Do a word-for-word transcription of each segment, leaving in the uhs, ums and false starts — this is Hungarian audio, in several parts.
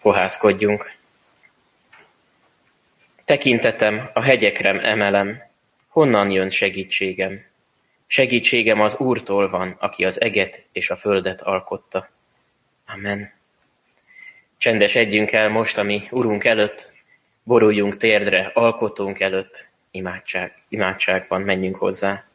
Fohászkodjunk. Tekintetem a hegyekre emelem, honnan jön segítségem? Segítségem az Úrtól van, aki az eget és a földet alkotta. Amen. Csendesedjünk el most, ami Urunk előtt, boruljunk térdre, alkotónk előtt, imádság, imádságban menjünk hozzá.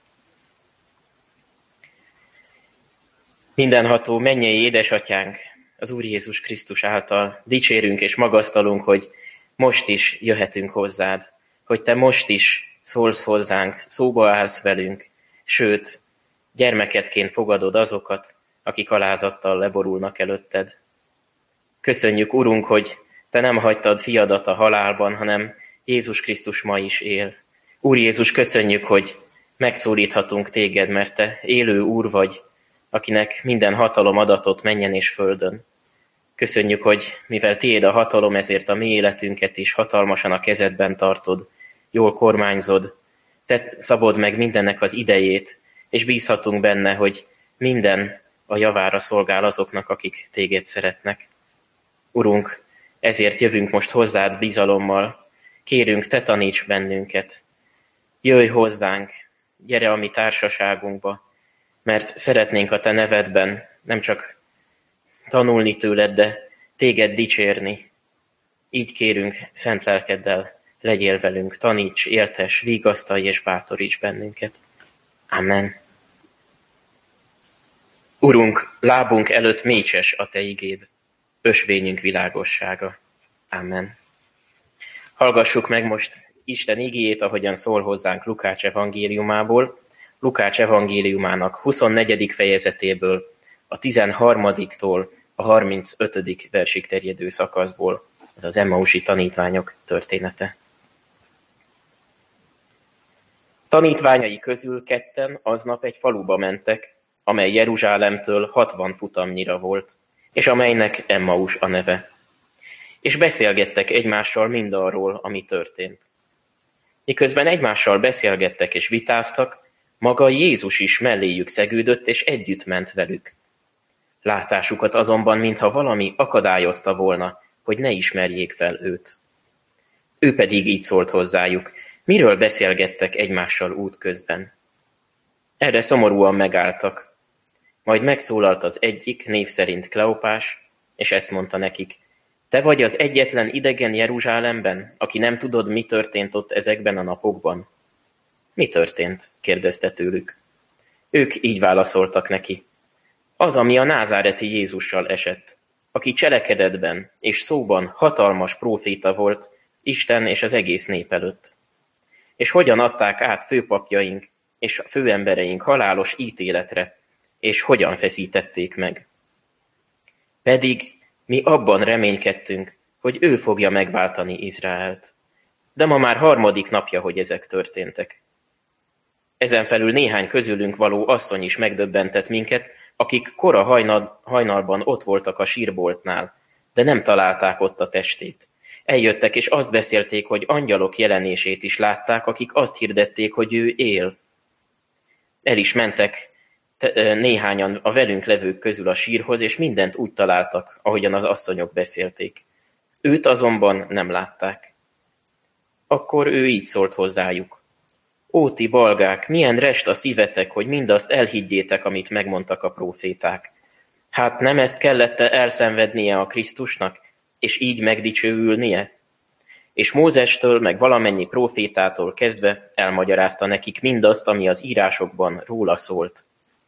Mindenható mennyei édesatyánk, az Úr Jézus Krisztus által dicsérünk és magasztalunk, hogy most is jöhetünk hozzád, hogy te most is szólsz hozzánk, szóba állsz velünk, sőt, gyermeketként fogadod azokat, akik alázattal leborulnak előtted. Köszönjük, Urunk, hogy te nem hagytad fiadat a halálban, hanem Jézus Krisztus ma is él. Úr Jézus, köszönjük, hogy megszólíthatunk téged, mert te élő Úr vagy, akinek minden hatalom adatot menjen és földön. Köszönjük, hogy mivel tiéd a hatalom, ezért a mi életünket is hatalmasan a kezedben tartod, jól kormányzod, te szabod meg mindennek az idejét, és bízhatunk benne, hogy minden a javára szolgál azoknak, akik téged szeretnek. Urunk, ezért jövünk most hozzád bizalommal, kérünk, te taníts bennünket. Jöjj hozzánk, gyere a mi társaságunkba, mert szeretnénk a te nevedben nem csak tanulni tőled, de téged dicsérni. Így kérünk, szent lelkeddel legyél velünk, taníts, éltes, vigasztalj és bátoríts bennünket. Amen. Urunk, lábunk előtt mécses a te igéd, ösvényünk világossága. Amen. Hallgassuk meg most Isten igéjét, ahogyan szól hozzánk Lukács evangéliumából, Lukács evangéliumának huszonnegyedik fejezetéből, a tizenharmadiktól a harmincötödik versig terjedő szakaszból. Ez az emmausi tanítványok története. Tanítványai közül ketten aznap egy faluba mentek, amely Jeruzsálemtől hatvan futamnyira volt, és amelynek Emmaus a neve. És beszélgettek egymással mindarról, ami történt. Miközben egymással beszélgettek és vitáztak, maga Jézus is melléjük szegődött, és együtt ment velük. Látásukat azonban, mintha valami akadályozta volna, hogy ne ismerjék fel őt. Ő pedig így szólt hozzájuk, miről beszélgettek egymással útközben. Erre szomorúan megálltak. Majd megszólalt az egyik, név szerint Kleopás, és ezt mondta nekik, te vagy az egyetlen idegen Jeruzsálemben, aki nem tudod, mi történt ott ezekben a napokban? Mi történt? Kérdezte tőlük. Ők így válaszoltak neki. Az, ami a názáreti Jézussal esett, aki cselekedetben és szóban hatalmas próféta volt Isten és az egész nép előtt. És hogyan adták át főpapjaink és főembereink halálos ítéletre, és hogyan feszítették meg. Pedig mi abban reménykedtünk, hogy ő fogja megváltani Izraelt. De ma már harmadik napja, hogy ezek történtek. Ezen felül néhány közülünk való asszony is megdöbbentett minket, akik kora hajnal, hajnalban ott voltak a sírboltnál, de nem találták ott a testét. Eljöttek és azt beszélték, hogy angyalok jelenését is látták, akik azt hirdették, hogy ő él. El is mentek te, néhányan a velünk levők közül a sírhoz, és mindent úgy találtak, ahogyan az asszonyok beszélték. Őt azonban nem látták. Akkor ő így szólt hozzájuk. Ó, ti balgák, milyen rest a szívetek, hogy mindazt elhiggyétek, amit megmondtak a próféták. Hát nem ezt kellett elszenvednie a Krisztusnak, és így megdicsőülnie? És Mózestől, meg valamennyi prófétától kezdve elmagyarázta nekik mindazt, ami az írásokban róla szólt.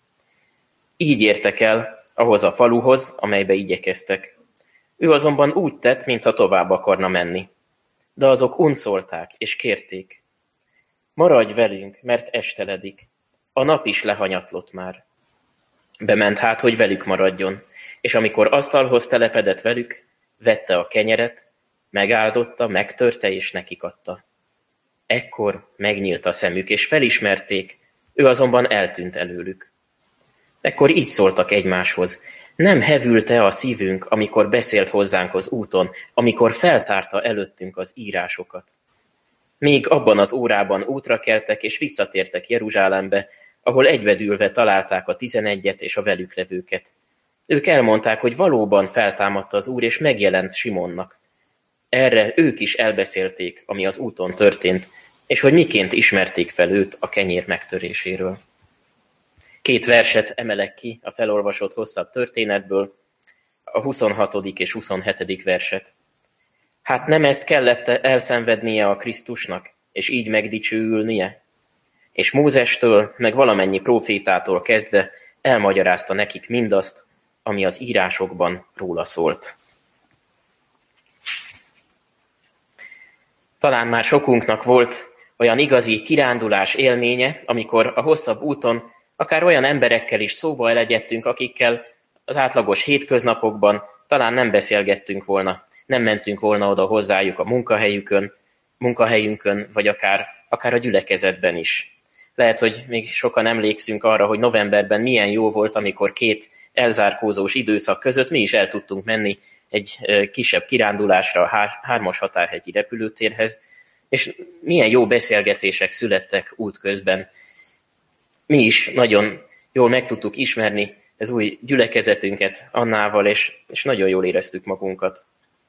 Így értek el ahhoz a faluhoz, amelybe igyekeztek. Ő azonban úgy tett, mintha tovább akarna menni. De azok unszolták és kérték. Maradj velünk, mert esteledik. A nap is lehanyatlott már. Bement hát, hogy velük maradjon, és amikor asztalhoz telepedett velük, vette a kenyeret, megáldotta, megtörte és nekik adta. Ekkor megnyílt a szemük, és felismerték, ő azonban eltűnt előlük. Ekkor így szóltak egymáshoz, nem hevült-e a szívünk, amikor beszélt hozzánk az úton, amikor feltárta előttünk az írásokat? Még abban az órában útra keltek és visszatértek Jeruzsálembe, ahol egybedülve találták a tizenegyet és a velük levőket. Ők elmondták, hogy valóban feltámadta az Úr, és megjelent Simonnak. Erre ők is elbeszélték, ami az úton történt, és hogy miként ismerték fel őt a kenyér megtöréséről. Két verset emelek ki a felolvasott hosszabb történetből, a huszonhatodik és huszonhetedik verset. Hát nem ezt kellett elszenvednie a Krisztusnak, és így megdicsőülnie? És Mózestől, meg valamennyi prófétától kezdve elmagyarázta nekik mindazt, ami az írásokban róla szólt. Talán már sokunknak volt olyan igazi kirándulás élménye, amikor a hosszabb úton akár olyan emberekkel is szóba elegyedtünk, akikkel az átlagos hétköznapokban talán nem beszélgettünk volna, nem mentünk volna oda hozzájuk a munkahelyükön, munkahelyünkön, vagy akár, akár a gyülekezetben is. Lehet, hogy még sokan emlékszünk arra, hogy novemberben milyen jó volt, amikor két elzárkózós időszak között mi is el tudtunk menni egy kisebb kirándulásra a hármas határhegyi repülőtérhez, és milyen jó beszélgetések születtek útközben. Mi is nagyon jól meg tudtuk ismerni az új gyülekezetünket Annával, és, és nagyon jól éreztük magunkat.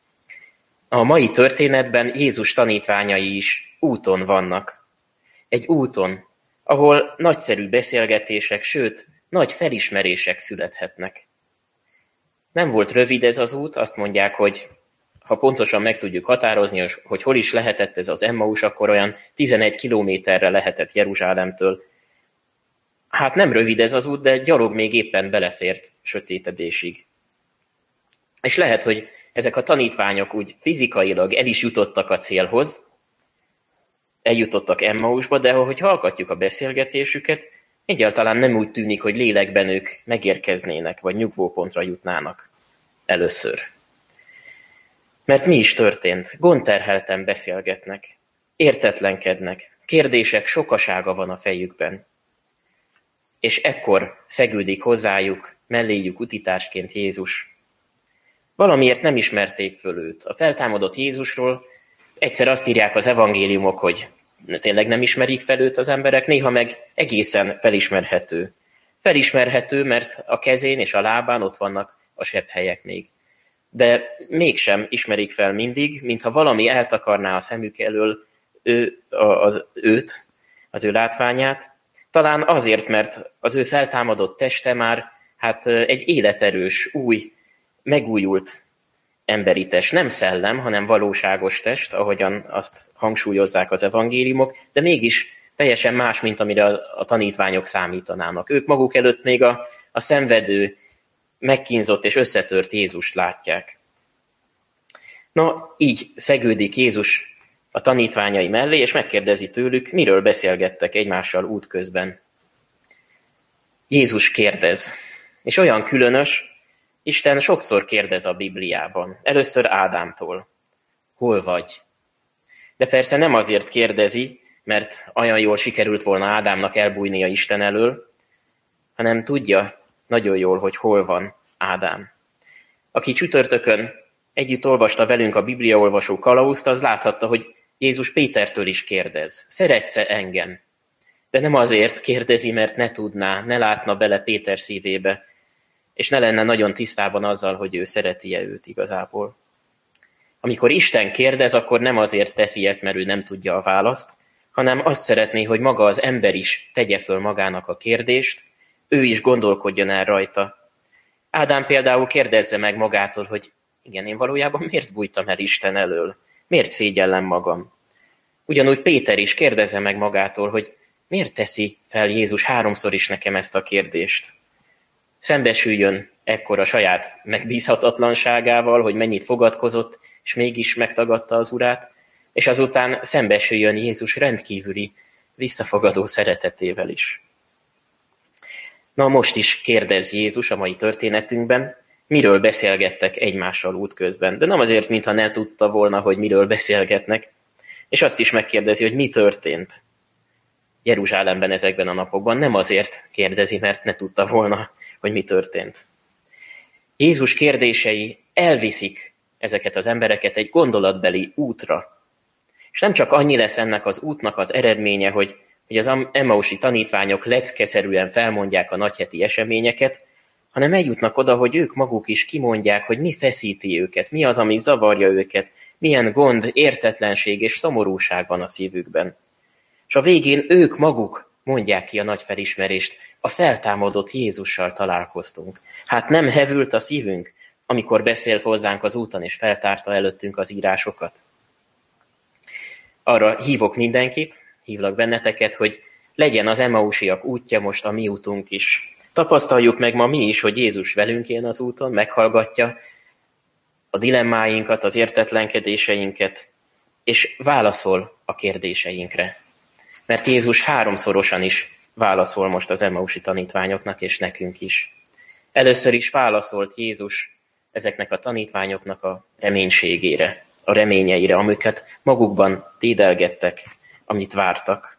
A mai történetben Jézus tanítványai is úton vannak. Egy úton, ahol nagyszerű beszélgetések, sőt, nagy felismerések születhetnek. Nem volt rövid ez az út, azt mondják, hogy ha pontosan meg tudjuk határozni, hogy hol is lehetett ez az Emmaus, akkor olyan tizenegy kilométerre lehetett Jeruzsálemtől. Hát nem rövid ez az út, de gyalog még éppen belefért sötétedésig. És lehet, hogy ezek a tanítványok úgy fizikailag el is jutottak a célhoz, eljutottak Emmausba, de ahogy hallgatjuk a beszélgetésüket, egyáltalán nem úgy tűnik, hogy lélekben ők megérkeznének, vagy nyugvópontra jutnának először. Mert mi is történt? Gondterhelten beszélgetnek, értetlenkednek, kérdések sokasága van a fejükben. És ekkor szegődik hozzájuk, melléjük utitársként Jézus. Valamiért nem ismerték föl őt. A feltámadott Jézusról egyszer azt írják az evangéliumok, hogy tényleg nem ismerik fel őt az emberek, néha meg egészen felismerhető. Felismerhető, mert a kezén és a lábán ott vannak a sebhelyek még. De mégsem ismerik fel mindig, mintha valami eltakarná a szemük elől ő, az, őt, az ő látványát. Talán azért, mert az ő feltámadott teste már hát egy életerős, új, megújult emberi test. Nem szellem, hanem valóságos test, ahogyan azt hangsúlyozzák az evangéliumok, de mégis teljesen más, mint amire a tanítványok számítanának. Ők maguk előtt még a, a szenvedő, megkínzott és összetört Jézust látják. Na, így szegődik Jézus a tanítványai mellé, és megkérdezi tőlük, miről beszélgettek egymással útközben. Jézus kérdez, és olyan különös, Isten sokszor kérdez a Bibliában. Először Ádámtól. Hol vagy? De persze nem azért kérdezi, mert olyan jól sikerült volna Ádámnak elbújnia Isten elől, hanem tudja nagyon jól, hogy hol van Ádám. Aki csütörtökön együtt olvasta velünk a bibliaolvasó kalauzt, az láthatta, hogy Jézus Pétertől is kérdez. Szeretsz-e engem? De nem azért kérdezi, mert ne tudná, ne látna bele Péter szívébe, és ne lenne nagyon tisztában azzal, hogy ő szereti-e őt igazából. Amikor Isten kérdez, akkor nem azért teszi ezt, mert ő nem tudja a választ, hanem azt szeretné, hogy maga az ember is tegye föl magának a kérdést, ő is gondolkodjon el rajta. Ádám például kérdezze meg magától, hogy igen, én valójában miért bújtam el Isten elől? Miért szégyellem magam? Ugyanúgy Péter is kérdezze meg magától, hogy miért teszi fel Jézus háromszor is nekem ezt a kérdést? Szembesüljön ekkor a saját megbízhatatlanságával, hogy mennyit fogadkozott, és mégis megtagadta az Urát, és azután szembesüljön Jézus rendkívüli, visszafogadó szeretetével is. Na most is kérdez Jézus a mai történetünkben, miről beszélgettek egymással útközben. De nem azért, mintha ne tudta volna, hogy miről beszélgetnek, és azt is megkérdezi, hogy mi történt Jeruzsálemben ezekben a napokban. Nem azért kérdezi, mert ne tudta volna, hogy mi történt. Jézus kérdései elviszik ezeket az embereket egy gondolatbeli útra. És nem csak annyi lesz ennek az útnak az eredménye, hogy, hogy az emmausi tanítványok leckeszerűen felmondják a nagyheti eseményeket, hanem eljutnak oda, hogy ők maguk is kimondják, hogy mi feszíti őket, mi az, ami zavarja őket, milyen gond, értetlenség és szomorúság van a szívükben. És a végén ők maguk mondják ki a nagy felismerést, a feltámadott Jézussal találkoztunk. Hát nem hevült a szívünk, amikor beszélt hozzánk az úton, és feltárta előttünk az írásokat? Arra hívok mindenkit, hívlak benneteket, hogy legyen az Emmausiak útja most a mi útunk is. Tapasztaljuk meg ma mi is, hogy Jézus velünk jön az úton, meghallgatja a dilemmáinkat, az értetlenkedéseinket, és válaszol a kérdéseinkre. Mert Jézus háromszorosan is válaszol most az Emmausi tanítványoknak, és nekünk is. Először is válaszolt Jézus ezeknek a tanítványoknak a reménységére, a reményeire, amiket magukban dédelgettek, amit vártak.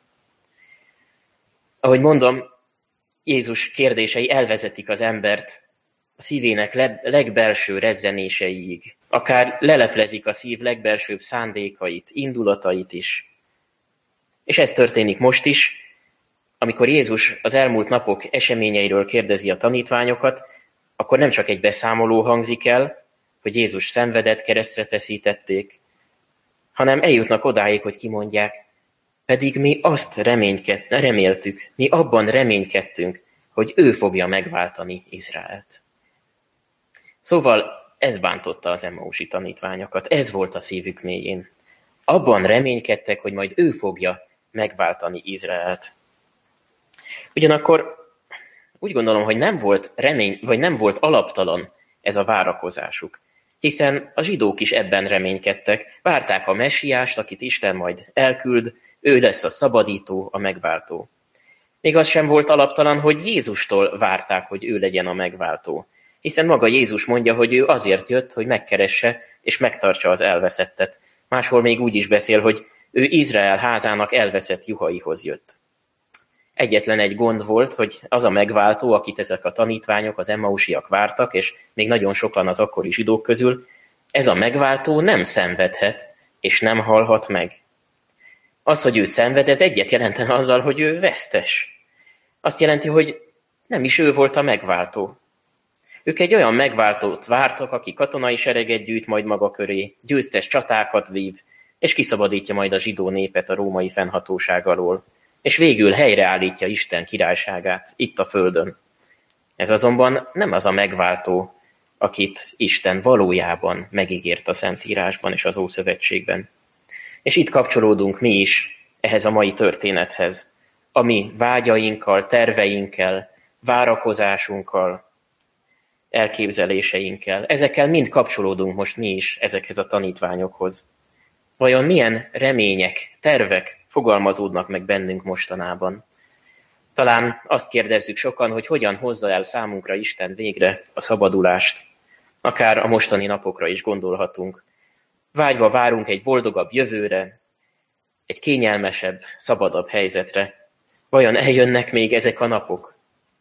Ahogy mondom, Jézus kérdései elvezetik az embert a szívének legbelső rezzenéseiig. Akár leleplezik a szív legbelsőbb szándékait, indulatait is. És ez történik most is, amikor Jézus az elmúlt napok eseményeiről kérdezi a tanítványokat, akkor nem csak egy beszámoló hangzik el, hogy Jézus szenvedett, keresztre feszítették, hanem eljutnak odáig, hogy kimondják, pedig mi azt reméltük, mi abban reménykedtünk, hogy ő fogja megváltani Izraelt. Szóval ez bántotta az Emmausi tanítványokat, ez volt a szívük mélyén. Abban reménykedtek, hogy majd ő fogja megváltani Izraelt. Ugyanakkor úgy gondolom, hogy nem volt remény, vagy nem volt alaptalan ez a várakozásuk, hiszen a zsidók is ebben reménykedtek, várták a messiást, akit Isten majd elküld, ő lesz a szabadító, a megváltó. Még az sem volt alaptalan, hogy Jézustól várták, hogy ő legyen a megváltó, hiszen maga Jézus mondja, hogy ő azért jött, hogy megkeresse és megtartsa az elveszettet. Máshol még úgy is beszél, hogy ő Izrael házának elveszett juhaihoz jött. Egyetlen egy gond volt, hogy az a megváltó, akit ezek a tanítványok, az emmausiak vártak, és még nagyon sokan az akkori zsidók közül, ez a megváltó nem szenvedhet, és nem halhat meg. Az, hogy ő szenved, ez egyet jelentene azzal, hogy ő vesztes. Azt jelenti, hogy nem is ő volt a megváltó. Ők egy olyan megváltót vártak, aki katonai sereget gyűjt majd maga köré, győztes csatákat vív, és kiszabadítja majd a zsidó népet a római fennhatóság alól, és végül helyreállítja Isten királyságát itt a földön. Ez azonban nem az a megváltó, akit Isten valójában megígért a Szentírásban és az Ószövetségben. És itt kapcsolódunk mi is ehhez a mai történethez, a mi vágyainkkal, terveinkkel, várakozásunkkal, elképzeléseinkkel. Ezekkel mind kapcsolódunk most mi is ezekhez a tanítványokhoz. Vajon milyen remények, tervek fogalmazódnak meg bennünk mostanában? Talán azt kérdezzük sokan, hogy hogyan hozza el számunkra Isten végre a szabadulást. Akár a mostani napokra is gondolhatunk. Vágyva várunk egy boldogabb jövőre, egy kényelmesebb, szabadabb helyzetre. Vajon eljönnek még ezek a napok?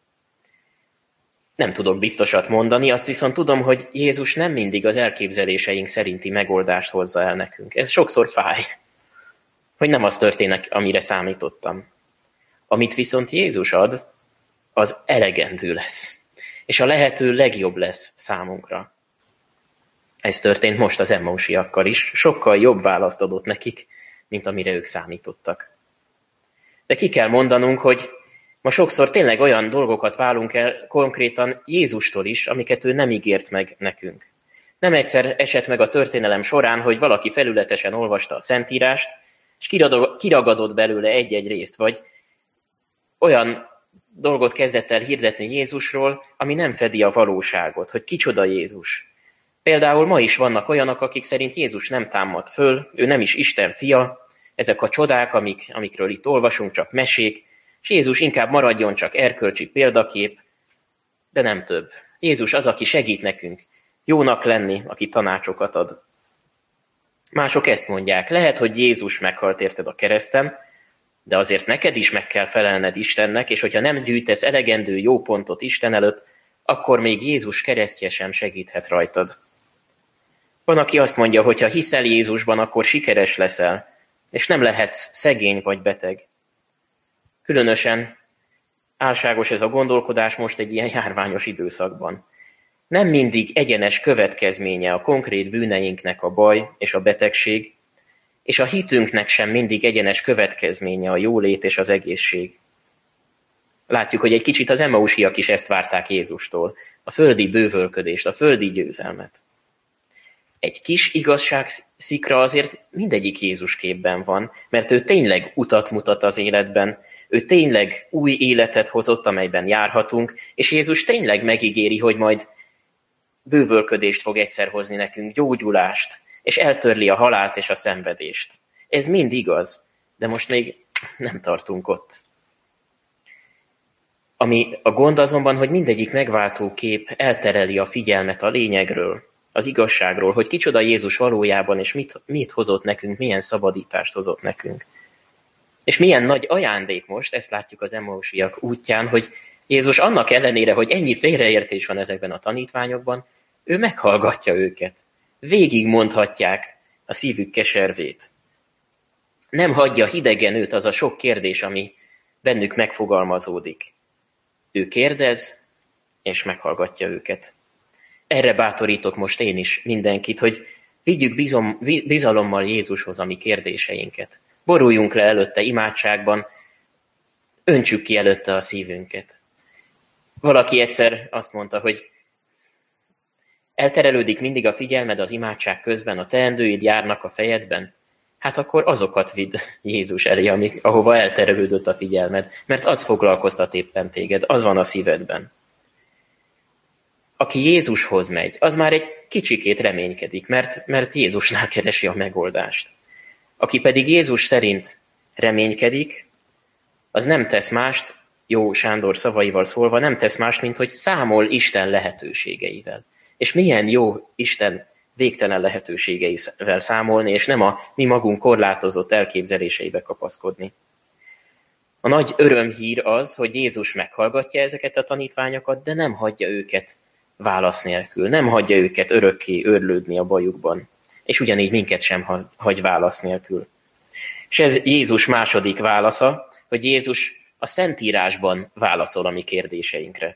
Nem tudok biztosat mondani, azt viszont tudom, hogy Jézus nem mindig az elképzeléseink szerinti megoldást hozza el nekünk. Ez sokszor fáj, hogy nem az történik, amire számítottam. Amit viszont Jézus ad, az elegendő lesz, és a lehető legjobb lesz számunkra. Ez történt most az emmausiakkal is, sokkal jobb választ adott nekik, mint amire ők számítottak. De ki kell mondanunk, hogy ma sokszor tényleg olyan dolgokat válunk el konkrétan Jézustól is, amiket ő nem ígért meg nekünk. Nem egyszer esett meg a történelem során, hogy valaki felületesen olvasta a Szentírást, és kiragadott belőle egy-egy részt, vagy olyan dolgot kezdett el hirdetni Jézusról, ami nem fedi a valóságot, hogy kicsoda Jézus. Például ma is vannak olyanok, akik szerint Jézus nem támad föl, ő nem is Isten fia, ezek a csodák, amik, amikről itt olvasunk, csak mesék, és Jézus inkább maradjon csak erkölcsi példakép, de nem több. Jézus az, aki segít nekünk jónak lenni, aki tanácsokat ad. Mások ezt mondják, lehet, hogy Jézus meghalt érted a kereszten, de azért neked is meg kell felelned Istennek, és hogyha nem gyűjtesz elegendő jó pontot Isten előtt, akkor még Jézus keresztje sem segíthet rajtad. Van, aki azt mondja, hogy ha hiszel Jézusban, akkor sikeres leszel, és nem lehetsz szegény vagy beteg. Különösen álságos ez a gondolkodás most egy ilyen járványos időszakban. Nem mindig egyenes következménye a konkrét bűneinknek a baj és a betegség, és a hitünknek sem mindig egyenes következménye a jólét és az egészség. Látjuk, hogy egy kicsit az emmausiak is ezt várták Jézustól, a földi bővölködést, a földi győzelmet. Egy kis igazságszikra azért mindegyik Jézus képben van, mert ő tényleg utat mutat az életben, ő tényleg új életet hozott, amelyben járhatunk, és Jézus tényleg megígéri, hogy majd bővölködést fog egyszer hozni nekünk, gyógyulást, és eltörli a halált és a szenvedést. Ez mind igaz, de most még nem tartunk ott. Ami a gond azonban, hogy mindegyik megváltó kép eltereli a figyelmet a lényegről, az igazságról, hogy kicsoda Jézus valójában, és mit, mit hozott nekünk, milyen szabadítást hozott nekünk. És milyen nagy ajándék most, ezt látjuk az emmausiak útján, hogy Jézus annak ellenére, hogy ennyi félreértés van ezekben a tanítványokban, ő meghallgatja őket. Végig mondhatják a szívük keservét. Nem hagyja hidegen őt az a sok kérdés, ami bennük megfogalmazódik. Ő kérdez, és meghallgatja őket. Erre bátorítok most én is mindenkit, hogy vigyük bizom, bizalommal Jézushoz a mi kérdéseinket. Boruljunk le előtte imádságban, öntsük ki előtte a szívünket. Valaki egyszer azt mondta, hogy elterelődik mindig a figyelmed az imádság közben, a teendőid járnak a fejedben, hát akkor azokat vidd Jézus elé, amik, ahova elterelődött a figyelmed, mert az foglalkoztat éppen téged, az van a szívedben. Aki Jézushoz megy, az már egy kicsikét reménykedik, mert, mert Jézusnál keresi a megoldást. Aki pedig Jézus szerint reménykedik, az nem tesz mást, jó Sándor szavaival szólva, nem tesz mást, mint hogy számol Isten lehetőségeivel. És milyen jó Isten végtelen lehetőségeivel számolni, és nem a mi magunk korlátozott elképzeléseibe kapaszkodni. A nagy örömhír az, hogy Jézus meghallgatja ezeket a tanítványokat, de nem hagyja őket válasz nélkül, nem hagyja őket örökké őrlődni a bajukban, és ugyanígy minket sem hagy válasz nélkül. És ez Jézus második válasza, hogy Jézus a Szentírásban válaszol a mi kérdéseinkre.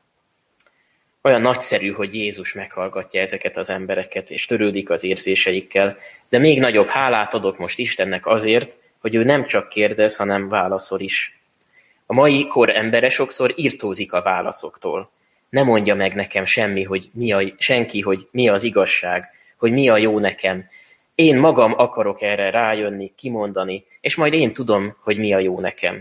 Olyan nagyszerű, hogy Jézus meghallgatja ezeket az embereket, és törődik az érzéseikkel, de még nagyobb hálát adok most Istennek azért, hogy ő nem csak kérdez, hanem válaszol is. A mai kor embere sokszor irtózik a válaszoktól. Ne mondja meg nekem semmi, hogy mi a, senki, hogy mi az igazság, hogy mi a jó nekem. Én magam akarok erre rájönni, kimondani, és majd én tudom, hogy mi a jó nekem.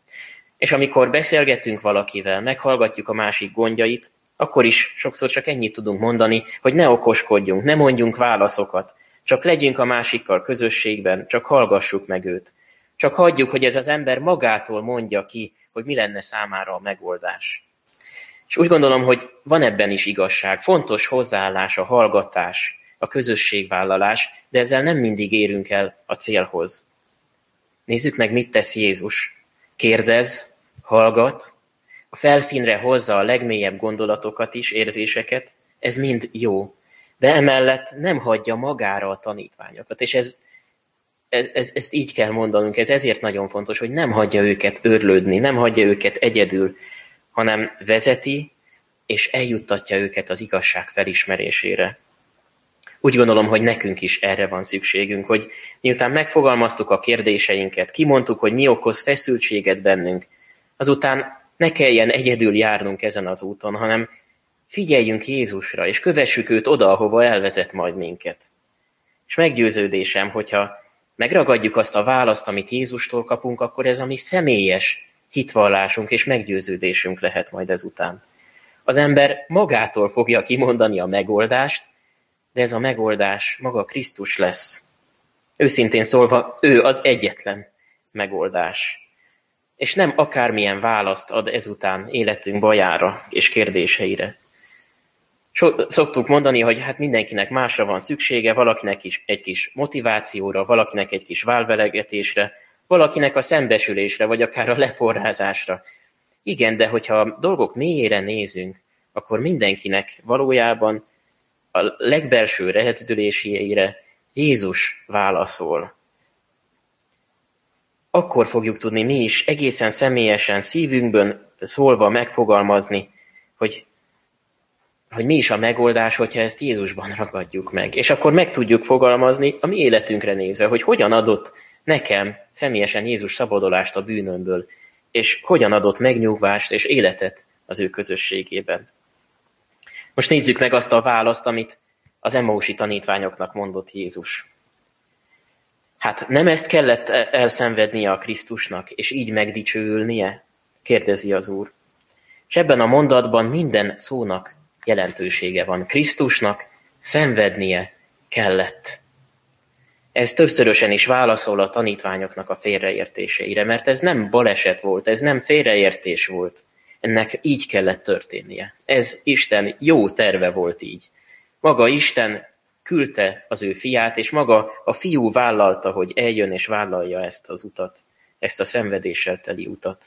És amikor beszélgetünk valakivel, meghallgatjuk a másik gondjait, akkor is sokszor csak ennyit tudunk mondani, hogy ne okoskodjunk, ne mondjunk válaszokat, csak legyünk a másikkal közösségben, csak hallgassuk meg őt. Csak hagyjuk, hogy ez az ember magától mondja ki, hogy mi lenne számára a megoldás. És úgy gondolom, hogy van ebben is igazság, fontos hozzáállás, a hallgatás, a közösségvállalás, de ezzel nem mindig érünk el a célhoz. Nézzük meg, mit tesz Jézus. Kérdez, hallgat, a felszínre hozza a legmélyebb gondolatokat is, érzéseket, ez mind jó, de emellett nem hagyja magára a tanítványokat, és ez, ez, ez, ezt így kell mondanunk, ez ezért nagyon fontos, hogy nem hagyja őket őrlődni, nem hagyja őket egyedül, hanem vezeti, és eljuttatja őket az igazság felismerésére. Úgy gondolom, hogy nekünk is erre van szükségünk, hogy miután megfogalmaztuk a kérdéseinket, kimondtuk, hogy mi okoz feszültséget bennünk, azután ne kelljen egyedül járnunk ezen az úton, hanem figyeljünk Jézusra, és kövessük őt oda, ahova elvezet majd minket. És meggyőződésem, hogyha megragadjuk azt a választ, amit Jézustól kapunk, akkor ez a mi személyes hitvallásunk és meggyőződésünk lehet majd ezután. Az ember magától fogja kimondani a megoldást, de ez a megoldás maga Krisztus lesz. Őszintén szólva, ő az egyetlen megoldás. És nem akármilyen választ ad ezután életünk bajára és kérdéseire. So- szoktuk mondani, hogy hát mindenkinek másra van szüksége, valakinek is egy kis motivációra, valakinek egy kis válvelegetésre, valakinek a szembesülésre, vagy akár a leforrázásra. Igen, de hogyha a dolgok mélyére nézünk, akkor mindenkinek valójában a legbelső rezdüléseire Jézus válaszol. Akkor fogjuk tudni mi is egészen személyesen szívünkben szólva megfogalmazni, hogy, hogy mi is a megoldás, hogyha ezt Jézusban ragadjuk meg. És akkor meg tudjuk fogalmazni a mi életünkre nézve, hogy hogyan adott nekem személyesen Jézus szabadulást a bűnömből, és hogyan adott megnyugvást és életet az ő közösségében. Most nézzük meg azt a választ, amit az emmausi tanítványoknak mondott Jézus. Hát nem ezt kellett elszenvednie a Krisztusnak, és így megdicsőülnie? Kérdezi az Úr. És ebben a mondatban minden szónak jelentősége van. Krisztusnak szenvednie kellett. Ez többszörösen is válaszol a tanítványoknak a félreértéseire, mert ez nem baleset volt, ez nem félreértés volt. Ennek így kellett történnie. Ez Isten jó terve volt így. Maga Isten küldte az ő fiát, és maga a fiú vállalta, hogy eljön és vállalja ezt az utat, ezt a szenvedéssel teli utat.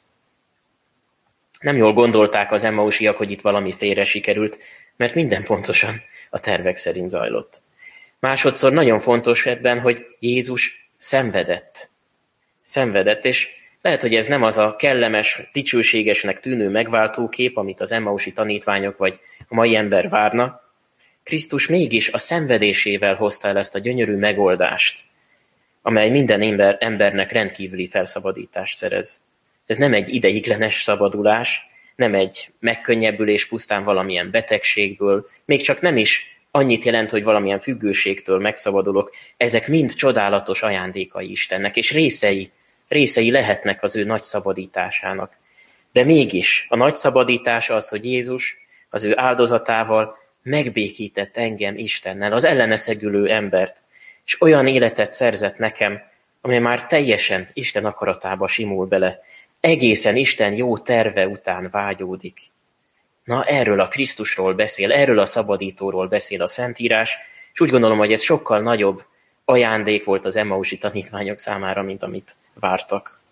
Nem jól gondolták az emmausiak, hogy itt valami félre sikerült, mert minden pontosan a tervek szerint zajlott. Másodszor nagyon fontos ebben, hogy Jézus szenvedett. Szenvedett, és lehet, hogy ez nem az a kellemes, dicsőségesnek tűnő megváltókép, amit az emmausi tanítványok vagy a mai ember várna. Krisztus mégis a szenvedésével hozta el ezt a gyönyörű megoldást, amely minden ember, embernek rendkívüli felszabadítást szerez. Ez nem egy ideiglenes szabadulás, nem egy megkönnyebbülés pusztán valamilyen betegségből, még csak nem is annyit jelent, hogy valamilyen függőségtől megszabadulok. Ezek mind csodálatos ajándékai Istennek, és részei, részei lehetnek az ő nagy szabadításának. De mégis a nagy szabadítás az, hogy Jézus az ő áldozatával megbékített engem Istennel, az ellene szegülő embert, és olyan életet szerzett nekem, amely már teljesen Isten akaratába simul bele, egészen Isten jó terve után vágyódik. Na, erről a Krisztusról beszél, erről a szabadítóról beszél a Szentírás, és úgy gondolom, hogy ez sokkal nagyobb ajándék volt az emmausi tanítványok számára, mint amit vártak.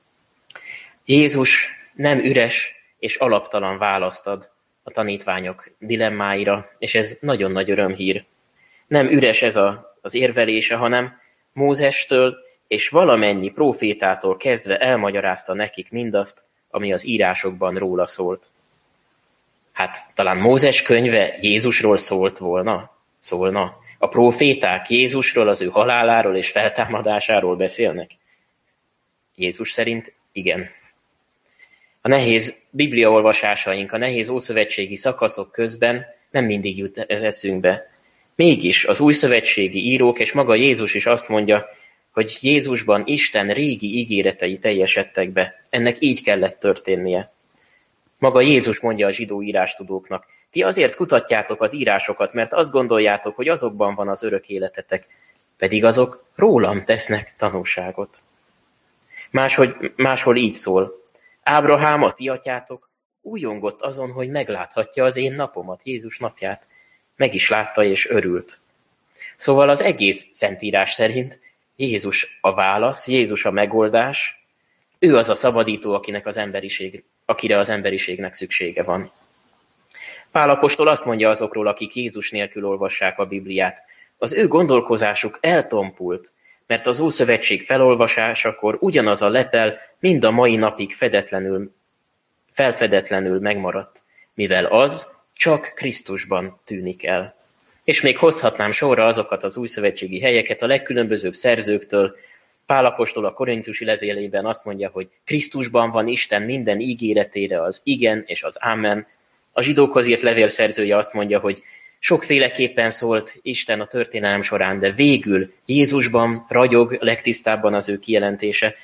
Jézus nem üres és alaptalan választ ad a tanítványok dilemmáira, és ez nagyon nagy örömhír. Nem üres ez a, az érvelése, hanem Mózestől és valamennyi prófétától kezdve elmagyarázta nekik mindazt, ami az írásokban róla szólt. Hát talán Mózes könyve Jézusról szólt volna, szólna. A próféták Jézusról, az ő haláláról és feltámadásáról beszélnek. Jézus szerint igen. A nehéz bibliaolvasásaink, a nehéz ószövetségi szakaszok közben nem mindig jut ez eszünkbe. Mégis az újszövetségi írók és maga Jézus is azt mondja, hogy Jézusban Isten régi ígéretei teljesedtek be. Ennek így kellett történnie. Maga Jézus mondja a zsidó írástudóknak, ti azért kutatjátok az írásokat, mert azt gondoljátok, hogy azokban van az örök életetek, pedig azok rólam tesznek tanúságot. Máshogy, máshol így szól, Ábrahám, a ti atyátok, újongott azon, hogy megláthatja az én napomat, Jézus napját. Meg is látta és örült. Szóval az egész Szentírás szerint Jézus a válasz, Jézus a megoldás, ő az a szabadító, akinek az emberiség, akire az emberiségnek szüksége van. Pál apostol azt mondja azokról, akik Jézus nélkül olvassák a Bibliát, az ő gondolkozásuk eltompult, mert az Ószövetség felolvasásakor ugyanaz a lepel mind a mai napig fedetlenül, felfedetlenül megmaradt, mivel az csak Krisztusban tűnik el. És még hozhatnám sorra azokat az újszövetségi helyeket a legkülönbözőbb szerzőktől. Pál apostol a Korinthusi levélében azt mondja, hogy Krisztusban van Isten minden ígéretére az igen és az ámen. A zsidókhoz írt levélszerzője azt mondja, hogy sokféleképpen szólt Isten a történelem során, de végül Jézusban ragyog legtisztábban az ő kijelentése.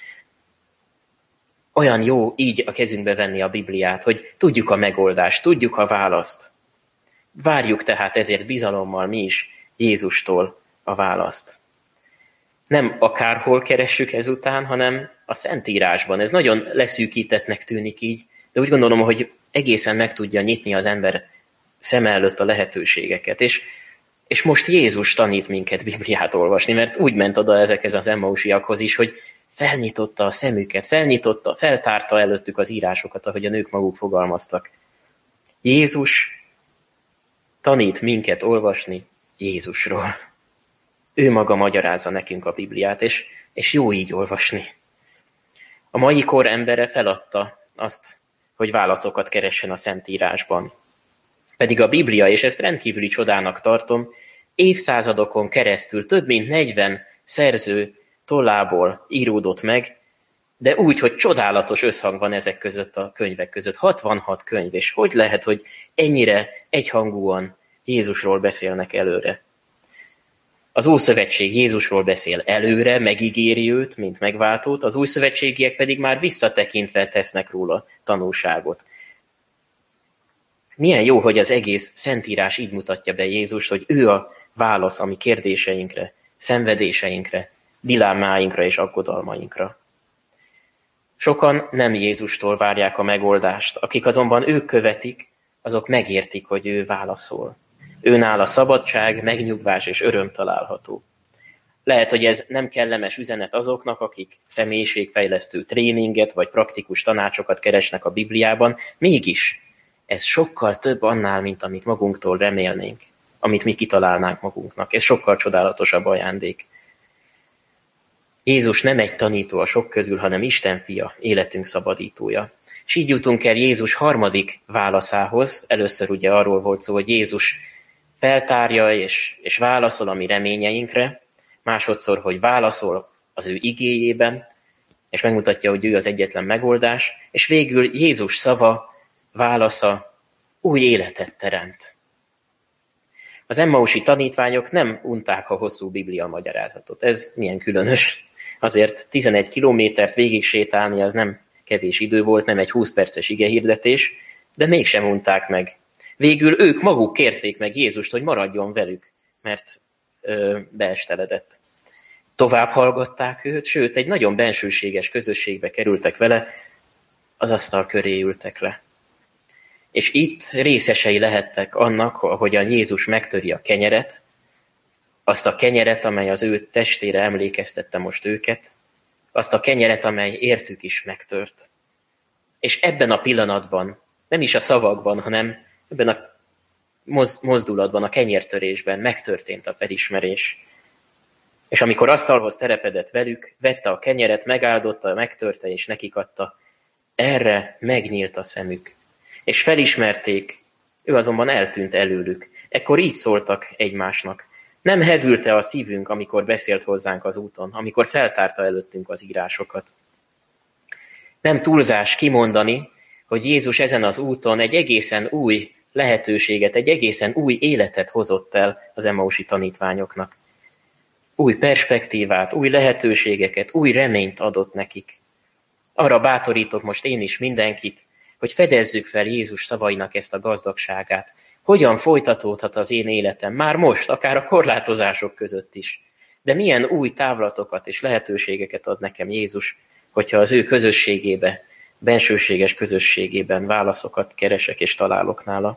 Olyan jó így a kezünkbe venni a Bibliát, hogy tudjuk a megoldást, tudjuk a választ. Várjuk tehát ezért bizalommal mi is Jézustól a választ. Nem akárhol keressük ezután, hanem a Szentírásban. Ez nagyon leszűkítettnek tűnik így, de úgy gondolom, hogy egészen meg tudja nyitni az ember szem előtt a lehetőségeket. És, és most Jézus tanít minket Bibliát olvasni, mert úgy ment oda ezekhez az emmausiakhoz is, hogy felnyitotta a szemüket, felnyitotta, feltárta előttük az írásokat, ahogy a nők maguk fogalmaztak. Jézus tanít minket olvasni Jézusról. Ő maga magyarázza nekünk a Bibliát, és, és jó így olvasni. A mai kor embere feladta azt, hogy válaszokat keressen a Szentírásban. Pedig a Biblia, és ezt rendkívüli csodának tartom, évszázadokon keresztül több mint negyven szerző tollából íródott meg, de úgy, hogy csodálatos összhang van ezek között a könyvek között. hatvanhat könyv, és hogy lehet, hogy ennyire egyhangúan Jézusról beszélnek előre? Az Ószövetség Jézusról beszél előre, megígéri őt, mint megváltót, az újszövetségiek pedig már visszatekintve tesznek róla tanúságot. Milyen jó, hogy az egész Szentírás így mutatja be Jézust, hogy ő a válasz a mi kérdéseinkre, szenvedéseinkre, dilemmáinkra és aggodalmainkra. Sokan nem Jézustól várják a megoldást, akik azonban ők követik, azok megértik, hogy ő válaszol. Őnála szabadság, megnyugvás és öröm található. Lehet, hogy ez nem kellemes üzenet azoknak, akik személyiségfejlesztő tréninget vagy praktikus tanácsokat keresnek a Bibliában, mégis ez sokkal több annál, mint amit magunktól remélnénk, amit mi kitalálnánk magunknak. Ez sokkal csodálatosabb ajándék. Jézus nem egy tanító a sok közül, hanem Isten fia, életünk szabadítója. És így jutunk el Jézus harmadik válaszához. Először ugye arról volt szó, hogy Jézus feltárja és, és válaszol a mi reményeinkre, másodszor, hogy válaszol az ő igéjében, és megmutatja, hogy ő az egyetlen megoldás, és végül Jézus szava, válasza új életet teremt. Az emmausi tanítványok nem unták a hosszú Biblia magyarázatot. Ez milyen különös. Azért tizenegy kilométert végig sétálni az nem kevés idő volt, nem egy húsz perces igehirdetés, de mégsem unták meg. Végül ők maguk kérték meg Jézust, hogy maradjon velük, mert ö, beesteledett. Tovább hallgatták őt, sőt, egy nagyon bensőséges közösségbe kerültek vele, az asztal köré ültek le. És itt részesei lehettek annak, ahogyan Jézus megtöri a kenyeret, azt a kenyeret, amely az ő testére emlékeztette most őket, azt a kenyeret, amely értük is megtört. És ebben a pillanatban, nem is a szavakban, hanem ebben a mozdulatban, a kenyértörésben megtörtént a felismerés. És amikor asztalhoz terepedett velük, vette a kenyeret, megáldotta, megtörte és nekik adta, erre megnyílt a szemük. És felismerték, ő azonban eltűnt előlük. Ekkor így szóltak egymásnak. Nem hevülte a szívünk, amikor beszélt hozzánk az úton, amikor feltárta előttünk az írásokat. Nem túlzás kimondani, hogy Jézus ezen az úton egy egészen új lehetőséget, egy egészen új életet hozott el az emmausi tanítványoknak. Új perspektívát, új lehetőségeket, új reményt adott nekik. Arra bátorítok most én is mindenkit, hogy fedezzük fel Jézus szavainak ezt a gazdagságát. Hogyan folytatódhat az én életem már most, akár a korlátozások között is. De milyen új távlatokat és lehetőségeket ad nekem Jézus, hogyha az ő közösségébe, bensőséges közösségében válaszokat keresek és találok nála.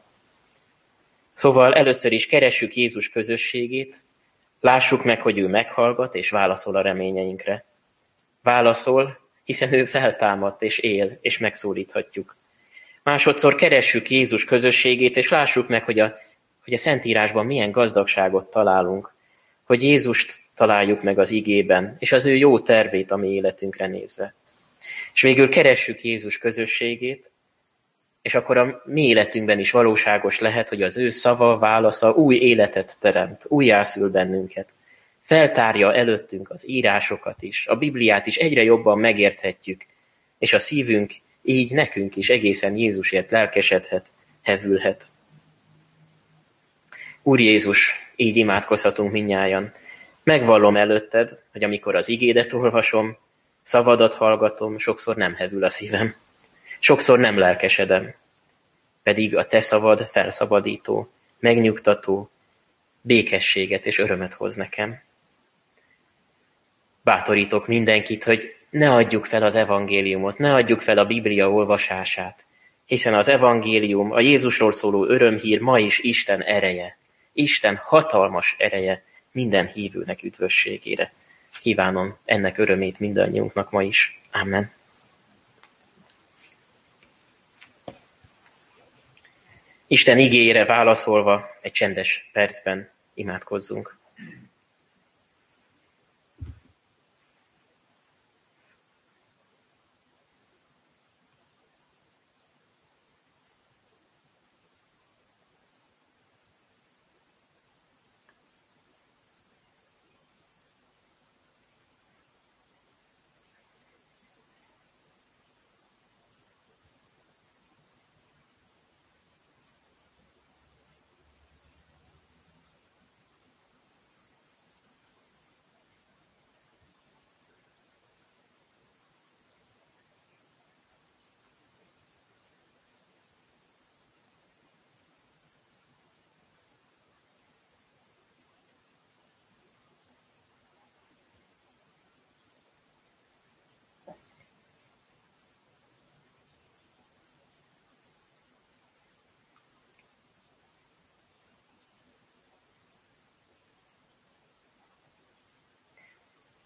Szóval először is keressük Jézus közösségét, lássuk meg, hogy ő meghallgat és válaszol a reményeinkre. Válaszol, hiszen ő feltámadt és él, és megszólíthatjuk. Másodszor keressük Jézus közösségét, és lássuk meg, hogy a, hogy a Szentírásban milyen gazdagságot találunk, hogy Jézust találjuk meg az igében, és az ő jó tervét a mi életünkre nézve. És végül keressük Jézus közösségét, és akkor a mi életünkben is valóságos lehet, hogy az ő szava, válasza új életet teremt, újjászül bennünket. Feltárja előttünk az írásokat is, a Bibliát is egyre jobban megérthetjük, és a szívünk így nekünk is egészen Jézusért lelkesedhet, hevülhet. Úr Jézus, így imádkozhatunk mindnyájan. Megvallom előtted, hogy amikor az igédet olvasom, szavadat hallgatom, sokszor nem hevül a szívem. Sokszor nem lelkesedem. Pedig a te szavad felszabadító, megnyugtató, békességet és örömet hoz nekem. Bátorítok mindenkit, hogy ne adjuk fel az evangéliumot, ne adjuk fel a Biblia olvasását, hiszen az evangélium, a Jézusról szóló örömhír ma is Isten ereje, Isten hatalmas ereje minden hívőnek üdvösségére. Kívánom ennek örömét mindannyiunknak ma is. Amen. Isten igéjére válaszolva egy csendes percben imádkozzunk.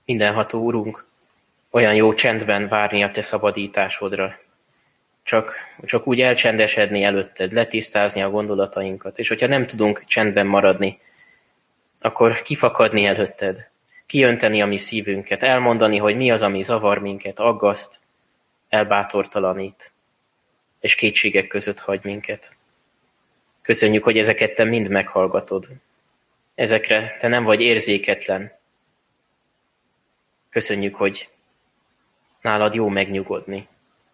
Mindenható Urunk, olyan jó csendben várni a Te szabadításodra, csak, csak úgy elcsendesedni előtted, letisztázni a gondolatainkat, és hogyha nem tudunk csendben maradni, akkor kifakadni előtted, kiönteni a mi szívünket, elmondani, hogy mi az, ami zavar minket, aggaszt, elbátortalanít, és kétségek között hagy minket. Köszönjük, hogy ezeket Te mind meghallgatod. Ezekre Te nem vagy érzéketlen. Köszönjük, hogy nálad jó megnyugodni.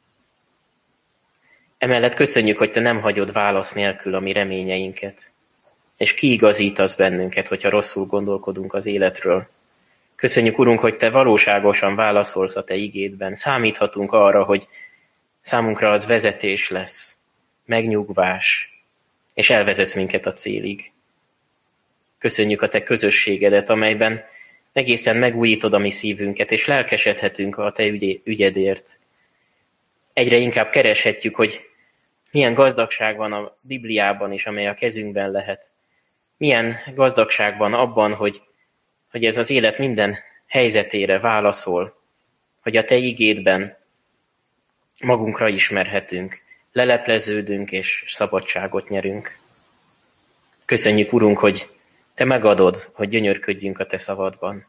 Emellett köszönjük, hogy Te nem hagyod válasz nélkül a mi reményeinket, és kiigazítasz bennünket, hogyha rosszul gondolkodunk az életről. Köszönjük, Urunk, hogy Te valóságosan válaszolsz a Te igédben. Számíthatunk arra, hogy számunkra az vezetés lesz, megnyugvás, és elvezetsz minket a célig. Köszönjük a Te közösségedet, amelyben egészen megújítod a mi szívünket, és lelkesedhetünk a Te ügyedért. Egyre inkább kereshetjük, hogy milyen gazdagság van a Bibliában is, amely a kezünkben lehet. Milyen gazdagság van abban, hogy, hogy ez az élet minden helyzetére válaszol, hogy a Te igédben magunkra ismerhetünk, lelepleződünk és szabadságot nyerünk. Köszönjük, Urunk, hogy Te megadod, hogy gyönyörködjünk a Te szavadban.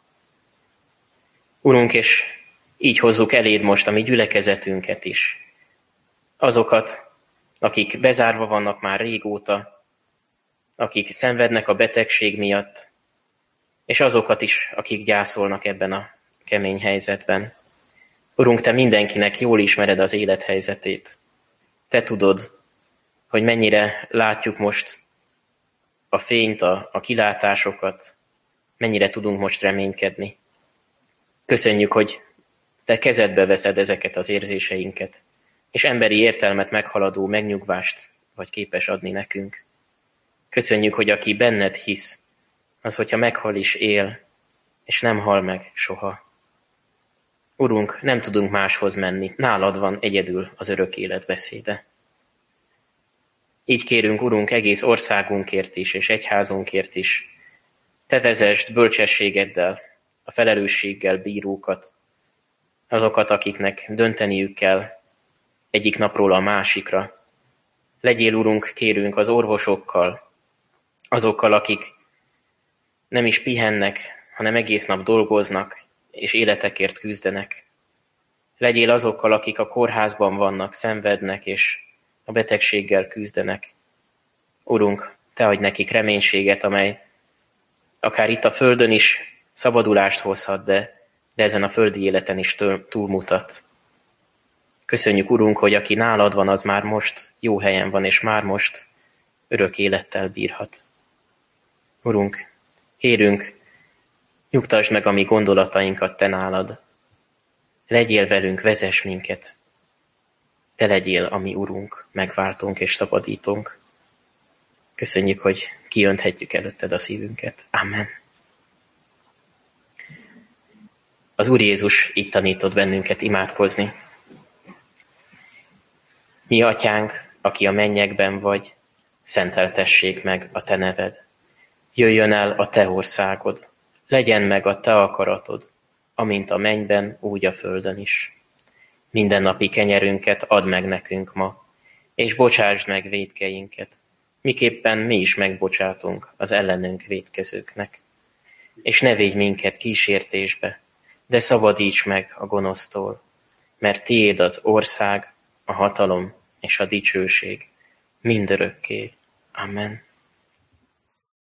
Urunk, és így hozzuk eléd most a mi gyülekezetünket is. Azokat, akik bezárva vannak már régóta, akik szenvednek a betegség miatt, és azokat is, akik gyászolnak ebben a kemény helyzetben. Urunk, Te mindenkinek jól ismered az élethelyzetét. Te tudod, hogy mennyire látjuk most a fényt, a, a kilátásokat, mennyire tudunk most reménykedni. Köszönjük, hogy Te kezedbe veszed ezeket az érzéseinket, és emberi értelmet meghaladó megnyugvást vagy képes adni nekünk. Köszönjük, hogy aki benned hisz, az, hogyha meghal is él, és nem hal meg soha. Urunk, nem tudunk máshoz menni, nálad van egyedül az örök élet beszéde. Így kérünk, Urunk, egész országunkért is, és egyházunkért is. Te vezesd bölcsességeddel, a felelősséggel bírókat, azokat, akiknek dönteniük kell egyik napról a másikra. Legyél, Urunk, kérünk az orvosokkal, azokkal, akik nem is pihennek, hanem egész nap dolgoznak, és életekért küzdenek. Legyél azokkal, akik a kórházban vannak, szenvednek, és a betegséggel küzdenek. Urunk, Te adj nekik reménységet, amely akár itt a földön is szabadulást hozhat, de, de ezen a földi életen is túlmutat. Köszönjük, Urunk, hogy aki nálad van, az már most jó helyen van, és már most örök élettel bírhat. Urunk, kérünk, nyugtasd meg a mi gondolatainkat Te nálad. Legyél velünk, vezess minket. Te legyél a mi Urunk, megváltónk és szabadítónk. Köszönjük, hogy kiönthetjük előtted a szívünket. Amen. Az Úr Jézus így tanított bennünket imádkozni. Mi atyánk, aki a mennyekben vagy, szenteltessék meg a Te neved. Jöjjön el a Te országod, legyen meg a Te akaratod, amint a mennyben, úgy a földön is. Mindennapi kenyerünket add meg nekünk ma, és bocsásd meg vétkeinket, miképpen mi is megbocsátunk az ellenünk vétkezőknek. És ne védj minket kísértésbe, de szabadíts meg a gonosztól, mert Tiéd az ország, a hatalom és a dicsőség mindörökké. Amen.